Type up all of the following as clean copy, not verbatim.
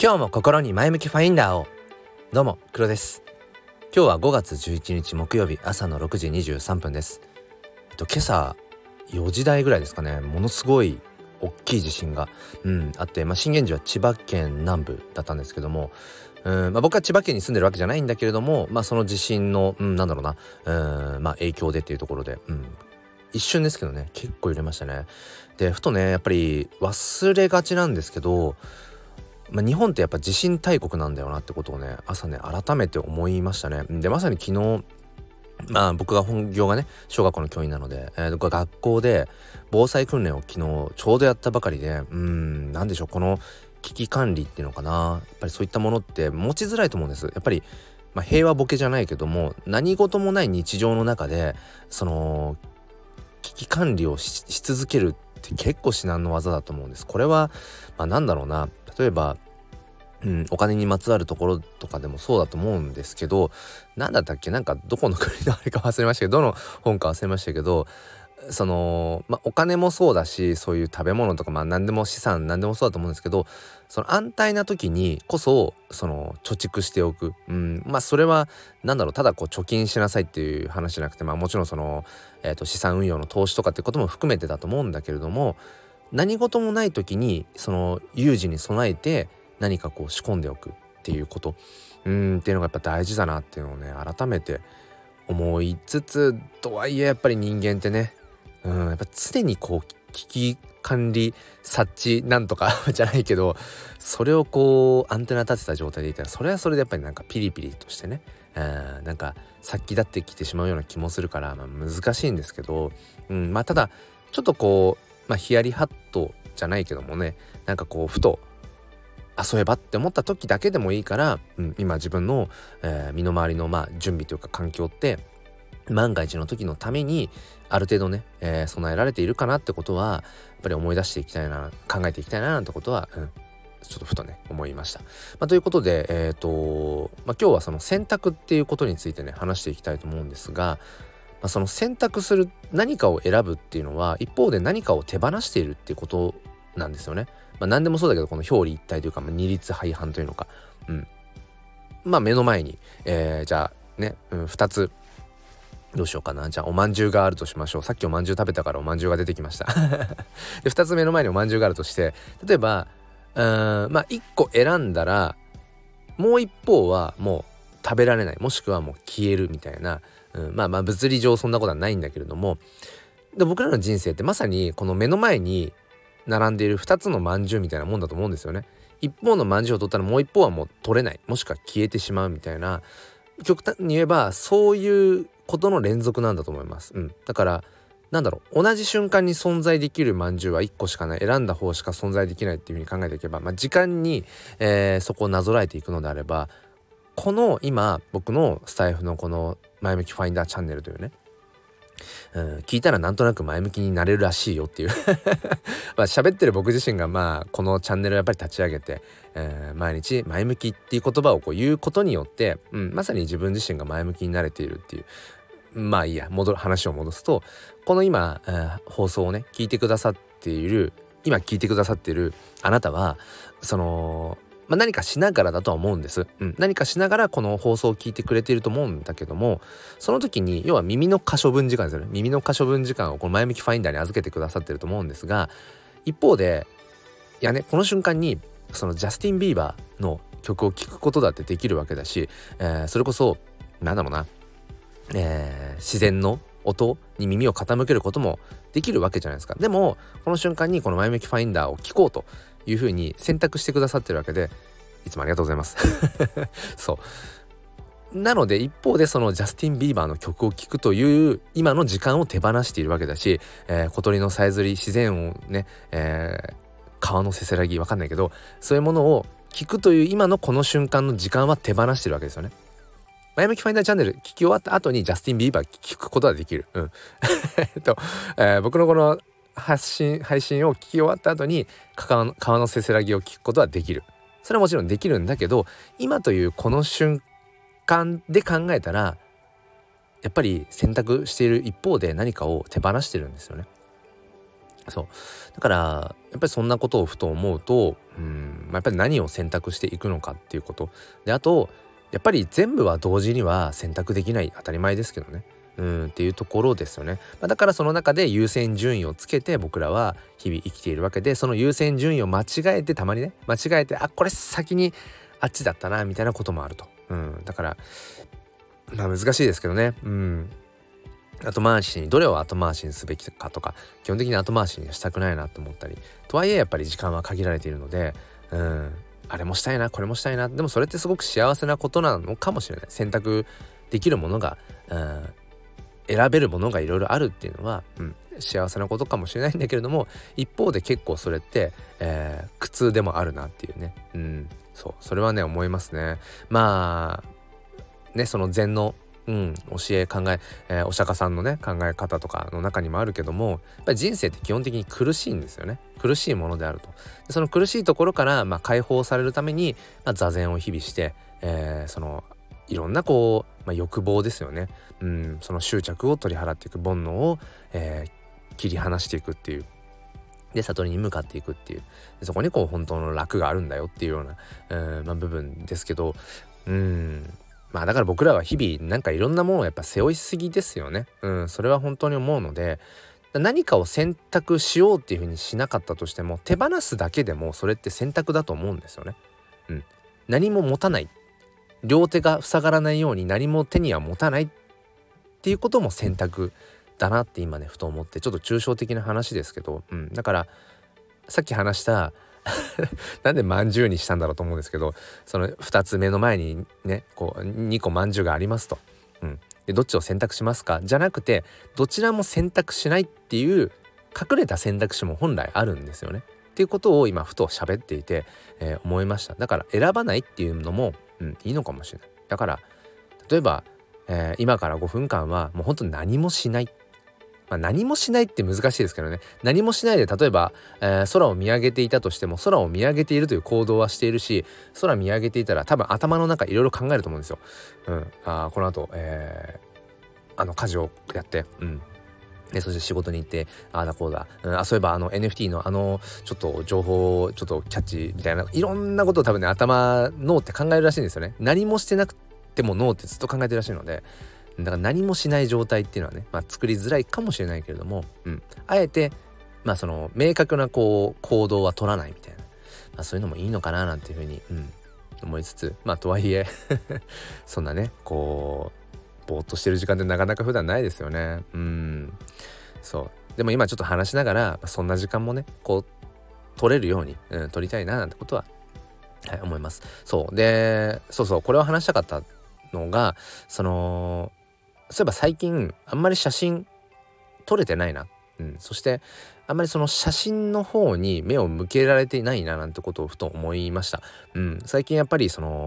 今日も心に前向きファインダーを。どうも黒です。今日は5月11日木曜日朝の6時23分です。今朝4時台ぐらいですかね、ものすごい大きい地震が、あって、震源地は千葉県南部だったんですけども、僕は千葉県に住んでるわけじゃないんだけれども、その地震の、影響でっていうところで、一瞬ですけどね、結構揺れましたね。でふとね、やっぱり忘れがちなんですけど、日本ってやっぱ地震大国なんだよなってことをね、朝ね改めて思いましたね。でまさに昨日、僕が本業がね小学校の教員なので、学校で防災訓練を昨日ちょうどやったばかりで、なんでしょう、この危機管理っていうのかな、やっぱりそういったものって持ちづらいと思うんです。やっぱり、平和ボケじゃないけども、何事もない日常の中でその危機管理をし続けるって結構至難の技だと思うんです。これは、なんだろうな、例えばお金にまつわるところとかでもそうだと思うんですけど、なんだったっけ、なんかどこの国のあれか忘れましたけど、どの本か忘れましたけど、お金もそうだし、そういう食べ物とか何でも資産何でもそうだと思うんですけど、その安泰な時にこそその貯蓄しておく、それはただ貯金しなさいっていう話じゃなくて、もちろん資産運用の投資とかってことも含めてだと思うんだけれども、何事もない時にその有事に備えて何か仕込んでおくっていうことっていうのがやっぱ大事だなっていうのをね改めて思いつつ、とはいえやっぱり人間ってね、やっぱ常に危機管理察知なんとかじゃないけど、それをアンテナ立てた状態でいたら、それはそれでやっぱりピリピリとしてね、殺気立ってきてしまうような気もするから、難しいんですけど、ただちょっとヒヤリハットじゃないけどもね、ふとそういえばって思った時だけでもいいから、今自分の、身の回りの準備というか環境って万が一の時のためにある程度ね、備えられているかなってことはやっぱり思い出していきたいな、考えていきたいななんてことは、ちょっとふとね思いました。ということで、今日はその選択っていうことについてね話していきたいと思うんですが、その選択する何かを選ぶっていうのは一方で何かを手放しているっていうことなんですよね。何でもそうだけど、この表裏一体というか、二律背反というのか、目の前に、じゃあね、2つどうしようかな。じゃあおまんじゅうがあるとしましょう。さっきおまんじゅう食べたからおまんじゅうが出てきましたで2つ目の前におまんじゅうがあるとして、例えば1個選んだらもう一方はもう食べられない、もしくはもう消えるみたいな、物理上そんなことはないんだけれども、で僕らの人生ってまさにこの目の前に並んでいる2つの饅頭みたいなもんだと思うんですよね。一方の饅頭を取ったらもう一方はもう取れない、もしくは消えてしまうみたいな、極端に言えばそういうことの連続なんだと思います。だから同じ瞬間に存在できる饅頭は1個しかない、選んだ方しか存在できないっていう風に考えていけば、時間に、そこをなぞらえていくのであれば、この今僕のスタイフのこの前向きファインダーチャンネルというね、聞いたらなんとなく前向きになれるらしいよっていう喋ってる僕自身がこのチャンネルをやっぱり立ち上げて、毎日前向きっていう言葉を言うことによって、まさに自分自身が前向きになれているっていう。いいや、話を戻すと、この今、放送をね聞いてくださっているあなたは何かしながらだとは思うんです。何かしながらこの放送を聞いてくれていると思うんだけども、その時に要は耳の可処分時間ですよね。耳の可処分時間をこの前向きファインダーに預けてくださってると思うんですが、一方でこの瞬間にそのジャスティン・ビーバーの曲を聴くことだってできるわけだし、それこそ自然の音に耳を傾けることもできるわけじゃないですか。でもこの瞬間にこの前向きファインダーを聞こうというふうに選択してくださってるわけで、いつもありがとうございますそうなので、一方でそのジャスティン・ビーバーの曲を聴くという今の時間を手放しているわけだし、小鳥のさえずり、自然をね、川のせせらぎ、わかんないけど、そういうものを聞くという今のこの瞬間の時間は手放してるわけですよね。前向きファインダーチャンネル聞き終わった後にジャスティン・ビーバー聞くことができる。僕のこの配信を聞き終わった後に川のせせらぎを聞くことはできる。それはもちろんできるんだけど、今というこの瞬間で考えたらやっぱり選択している一方で何かを手放してるんですよね。 そうだからやっぱりそんなことをふと思うと、やっぱり何を選択していくのかっていうことで、あとやっぱり全部は同時には選択できない、当たり前ですけどね、っていうところですよね。だからその中で優先順位をつけて僕らは日々生きているわけで、その優先順位を間違えて、たまにね間違えて、これ先にあっちだったなみたいなこともあると。だから難しいですけどね。後回しに、どれを後回しにすべきかとか、基本的に後回しにはしたくないなと思ったり、とはいえやっぱり時間は限られているので、あれもしたいなこれもしたいな、でもそれってすごく幸せなことなのかもしれない。選択できるものが、選べるものがいろいろあるっていうのは、幸せなことかもしれないんだけれども、一方で結構それって、苦痛でもあるなっていうね。それはね思いますね。その禅の教え考え、お釈迦さんのね考え方とかの中にもあるけども、やっぱり人生って基本的に苦しいんですよね。苦しいものであると。でその苦しいところから、解放されるために、座禅を日々して、そのいろんな欲望ですよね、その執着を取り払っていく、煩悩を、切り離していくっていう、で悟りに向かっていくっていう、そこに本当の楽があるんだよっていうような、部分ですけど、だから僕らは日々なんかいろんなものをやっぱ背負いすぎですよね。それは本当に思うので、何かを選択しようっていうふうにしなかったとしても、手放すだけでもそれって選択だと思うんですよね。何も持たない、両手が塞がらないように何も手には持たないっていうことも選択だなって今ねふと思って、ちょっと抽象的な話ですけど、だからさっき話したなんで饅頭にしたんだろうと思うんですけど、その2つ目の前にね2個饅頭がありますと、でどっちを選択しますかじゃなくて、どちらも選択しないっていう隠れた選択肢も本来あるんですよねっていうことを今ふと喋っていて、思いました。だから選ばないっていうのも、いいのかもしれない。だから例えば、今から5分間はもう本当に何もしない、何もしないって難しいですけどね、何もしないで例えば、空を見上げていたとしても、空を見上げているという行動はしているし、空見上げていたら多分頭の中いろいろ考えると思うんですよ。この後、家事をやって、でそして仕事に行ってああだこうだ、そういえばNFT のちょっと情報をちょっとキャッチみたいな、いろんなことを多分ね脳って考えるらしいんですよね。何もしてなくても脳ってずっと考えてるらしいので、だから何もしない状態っていうのはね、作りづらいかもしれないけれども、あえてその明確な行動は取らないみたいな、そういうのもいいのかななんていうふうに、思いつつ、とはいえそんなねぼーっとしてる時間ってなかなか普段ないですよね。でも今ちょっと話しながら、そんな時間もね取れるように、取りたいななんてことは、思います。でこれを話したかったのが、そういえば最近あんまり写真撮れてないな、そしてあんまりその写真の方に目を向けられていないななんてことをふと思いました。最近やっぱり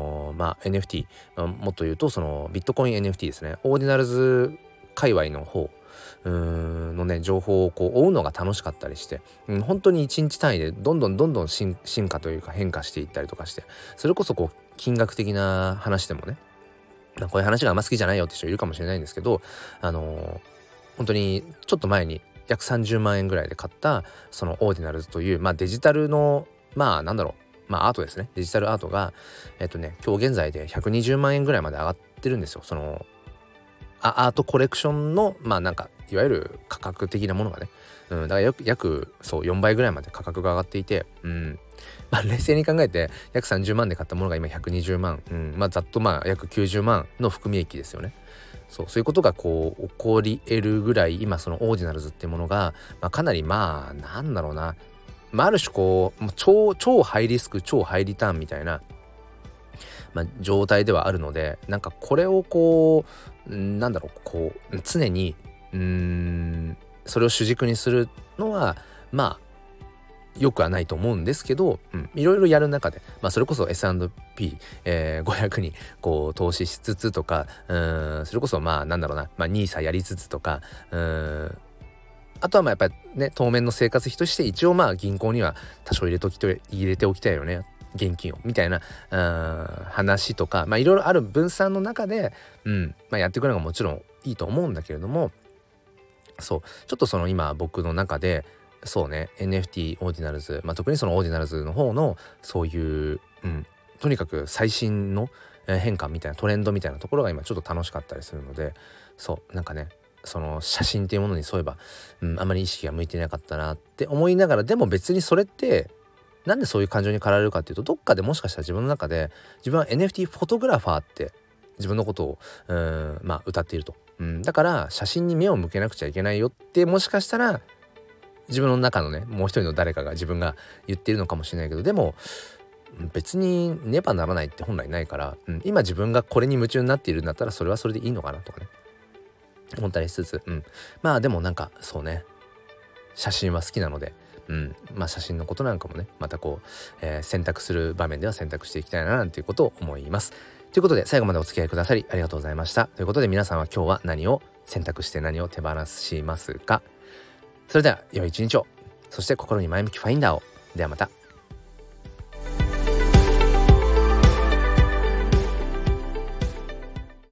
NFT、もっと言うとそのビットコイン NFT ですね、オーディナルズ界隈の方のね情報を追うのが楽しかったりして、本当に1日単位でどんどん進化というか変化していったりとかして、それこそ金額的な話でもね、こういう話があんま好きじゃないよって人いるかもしれないんですけど、本当にちょっと前に約30万円ぐらいで買ったそのオーディナルズという、デジタルのアートですね。デジタルアートが今日現在で120万円ぐらいまで上がってるんですよ。そのアートコレクションのいわゆる価格的なものがね、だから約4倍ぐらいまで価格が上がっていて、冷静に考えて約30万で買ったものが今120万、ざっと約90万の含み益ですよね。そういうことが起こり得るぐらい、今そのオーディナルズっていうものが、かなりなんだろうな、ある種超ハイリスク超ハイリターンみたいな、状態ではあるので、これを常にそれを主軸にするのはよくはないと思うんですけど、いろいろやる中で、それこそ S&P500 に投資しつつとか、それこそNISA やりつつとか、あとはやっぱりね当面の生活費として一応銀行には多少入れておきたいよね現金をみたいな話とか、いろいろある分散の中で、やっていくのがもちろんいいと思うんだけれども、ちょっとその今僕の中でそうね NFT オーディナルズ、特にそのオーディナルズの方のそういう、とにかく最新の変化みたいなトレンドみたいなところが今ちょっと楽しかったりするので、そうなんかねその写真っていうものにそういえば、あまり意識が向いてなかったなって思いながら、でも別にそれってなんでそういう感情に駆られるかっていうと、どっかでもしかしたら自分の中で自分は NFT フォトグラファーって自分のことを歌っていると、だから写真に目を向けなくちゃいけないよって、もしかしたら自分の中のねもう一人の誰かが自分が言ってるのかもしれないけど、でも別にねばならないって本来ないから、今自分がこれに夢中になっているんだったらそれはそれでいいのかなとかね思ったりしつつ、でもなんかそうね写真は好きなので、写真のことなんかもねまたこう、選択する場面では選択していきたいななんていうことを思います。ということで最後までお付き合いくださりありがとうございました。ということで皆さんは今日は何を選択して何を手放しますか？それでは良い一日を、そして心に前向きファインダーを。ではまた。